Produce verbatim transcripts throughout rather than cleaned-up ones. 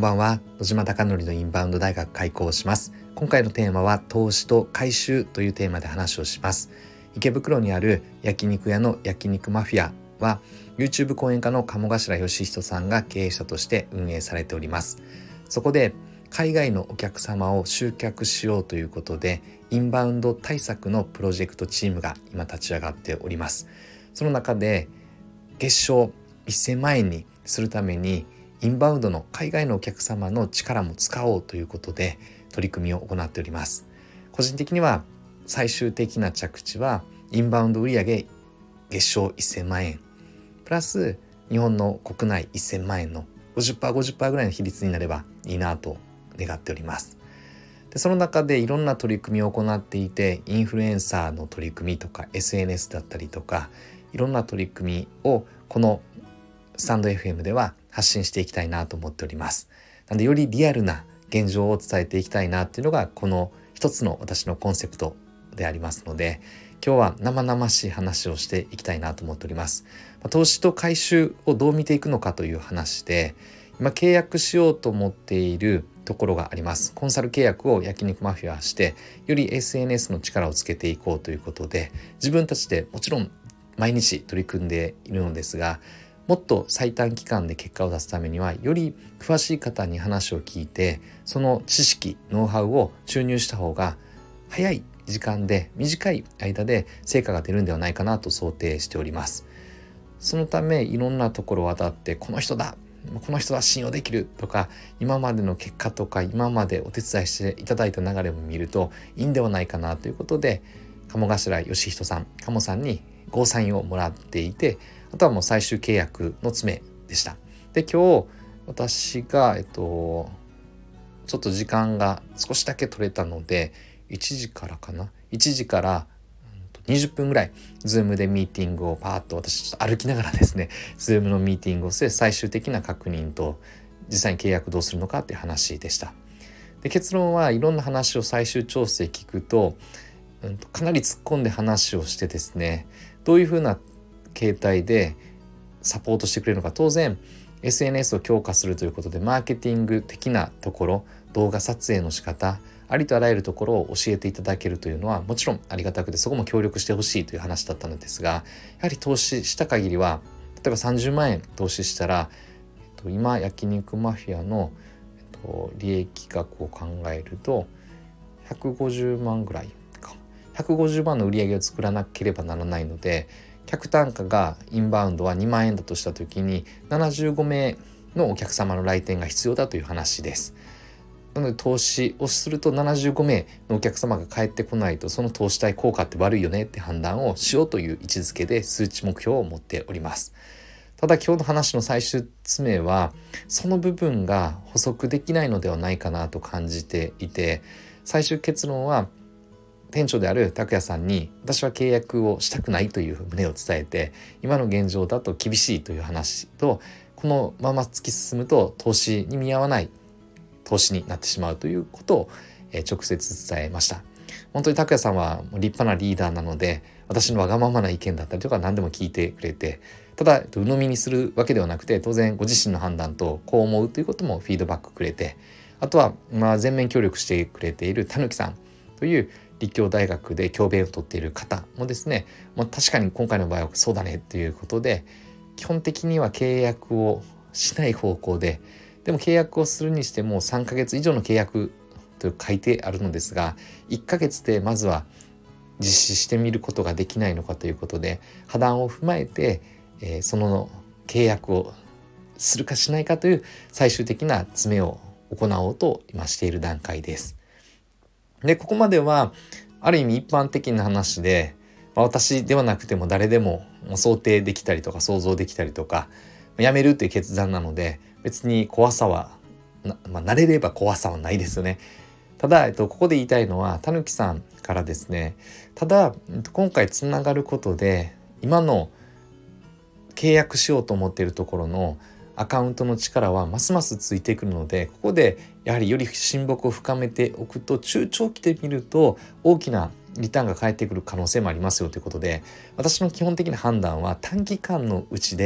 ばんは。野島貴則のインバウンド大学開講します。今回のテーマは投資と回収というテーマで話をします。池袋にある焼肉屋の焼肉マフィアは YouTube 講演家の鴨頭義人さんが経営者として運営されております。そこで海外のお客様を集客しようということでインバウンド対策のプロジェクトチームが今立ち上がっております。その中で月賞せんまん円にするためにインバウンドの海外のお客様の力も使おうということで取り組みを行っております。個人的には最終的な着地はインバウンド売上月賞せんまん円プラス日本の国内せんまん円の ごじゅっパーセントごじゅっパーセント ぐらいの比率になればいいなと願っております。でその中でいろんな取り組みを行っていて、インフルエンサーの取り組みとか エスエヌエス だったりとかいろんな取り組みをこのスタンド エフエム では発信していきたいなと思っております。なのでよりリアルな現状を伝えていきたいなっていうのがこの一つの私のコンセプトでありますので、今日は生々しい話をしていきたいなと思っております。投資と回収をどう見ていくのかという話で、今契約しようと思っているところがあります。コンサル契約を焼肉マフィアしてより エスエヌエス の力をつけていこうということで、自分たちでもちろん毎日取り組んでいるのですが、もっと最短期間で結果を出すためにはより詳しい方に話を聞いて、その知識ノウハウを注入した方が早い時間で短い間で成果が出るんではないかなと想定しております。そのためいろんなところを当たってこの人だこの人は信用できるとか、今までの結果とか今までお手伝いしていただいた流れを見るといいんではないかなということで、鴨頭義人さん鴨さんにゴーサインをもらっていて、あとはもう最終契約の詰めでした。で今日私がえっとちょっと時間が少しだけ取れたのでいちじからかないちじからにじゅっぷんぐらい Zoom でミーティングをパーッと私ちょっと歩きながらですね Zoom のミーティングをして最終的な確認と実際に契約どうするのかっていう話でした。で結論はいろんな話を最終調整聞くと、うん、かなり突っ込んで話をしてですね、どういうふうな形態でサポートしてくれるのか、当然 エスエヌエス を強化するということでマーケティング的なところ、動画撮影の仕方、ありとあらゆるところを教えていただけるというのはもちろんありがたくて、そこも協力してほしいという話だったのですが、やはり投資した限りは例えばさんじゅうまん円投資したら、今焼肉マフィアの利益額を考えるとひゃくごじゅうまんぐらいか、ひゃくごじゅうまんの売り上げを作らなければならないので、客単価がインバウンドはにまん円だとした時にななじゅうごめいのお客様の来店が必要だという話です。なので投資をするとななじゅうごめいのお客様が帰ってこないと、その投資対効果って悪いよねって判断をしようという位置づけで数値目標を持っております。ただ今日の話の最終詰めはその部分が補足できないのではないかなと感じていて、最終結論は店長である拓也さんに私は契約をしたくないという旨を伝えて、今の現状だと厳しいという話と、このまま突き進むと投資に見合わない投資になってしまうということを直接伝えました。本当に拓也さんは立派なリーダーなので、私のわがままな意見だったりとか何でも聞いてくれて、ただ鵜呑みにするわけではなくて、当然ご自身の判断とこう思うということもフィードバックくれて、あとはまあ全面協力してくれているたぬきさんという立教大学で教鞭を取っている方もですね、まあ、確かに今回の場合はそうだねということで、基本的には契約をしない方向で、でも契約をするにしてもさんかげつ以上の契約と書いてあるのですが、いっかげつでまずは実施してみることができないのかということで、破談を踏まえて、えー、その契約をするかしないかという最終的な詰めを行おうと今している段階です。でここまではある意味一般的な話で、まあ、私ではなくても誰でも想定できたりとか想像できたりとか、やめるという決断なので別に怖さはな、まあ、慣れれば怖さはないですよね。ただ、えっと、ここで言いたいのはたぬきさんからですね、ただ、えっと、今回つながることで今の契約しようと思っているところのアカウントの力はますますついてくるので、ここでやはりより親睦を深めておくと、中長期で見ると大きなリターンが返ってくる可能性もありますよということで、私の基本的な判断は短期間のうちで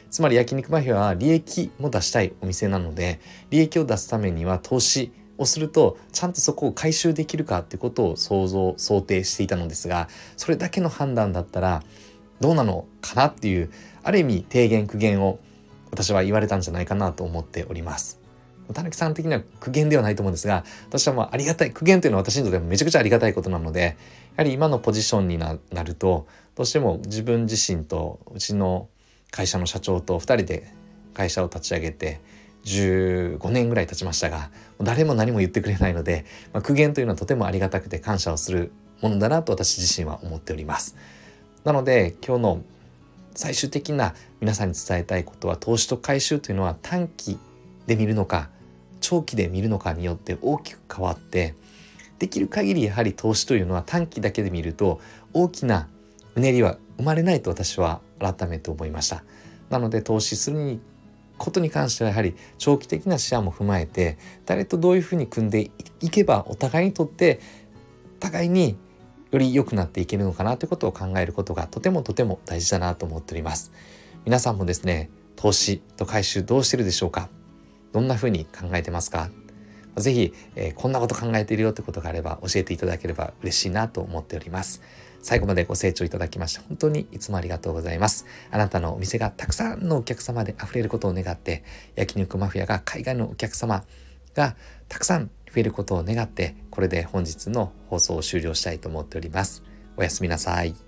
つまり焼肉マフィアは利益も出したいお店なので、利益を出すためには投資をするとちゃんとそこを回収できるかってことを想像想定していたのですが、それだけの判断だったらどうなのかなっていう、ある意味提言苦言を私は言われたんじゃないかなと思っております。たぬきさん的には苦言ではないと思うんですが、私はまあありがたい、苦言というのは私にとってもめちゃくちゃありがたいことなので、やはり今のポジションに な, なるとどうしても自分自身とうちの会社の社長とふたりで会社を立ち上げてじゅうごねんぐらい経ちましたが、誰も何も言ってくれないので、まあ、苦言というのはとてもありがたくて感謝をするものだなと私自身は思っております。なので今日の最終的な皆さんに伝えたいことは、投資と回収というのは短期で見るのか長期で見るのかによって大きく変わって、できる限りやはり投資というのは短期だけで見ると大きなうねりは生まれないと私は改めて思いました。なので投資することに関してはやはり長期的な視野も踏まえて、誰とどういうふうに組んでいけばお互いにとって互いにより良くなっていけるのかなということを考えることがとてもとても大事だなと思っております。皆さんもですね、投資と回収どうしてるでしょうか？どんなふうに考えてますか？ぜひ、えー、こんなこと考えているよってことがあれば教えていただければ嬉しいなと思っております。最後までご清聴いただきまして本当にいつもありがとうございます。あなたのお店がたくさんのお客様で溢れることを願って、焼肉マフィアが海外のお客様がたくさん増えることを願って、これで本日の放送を終了したいと思っております。おやすみなさい。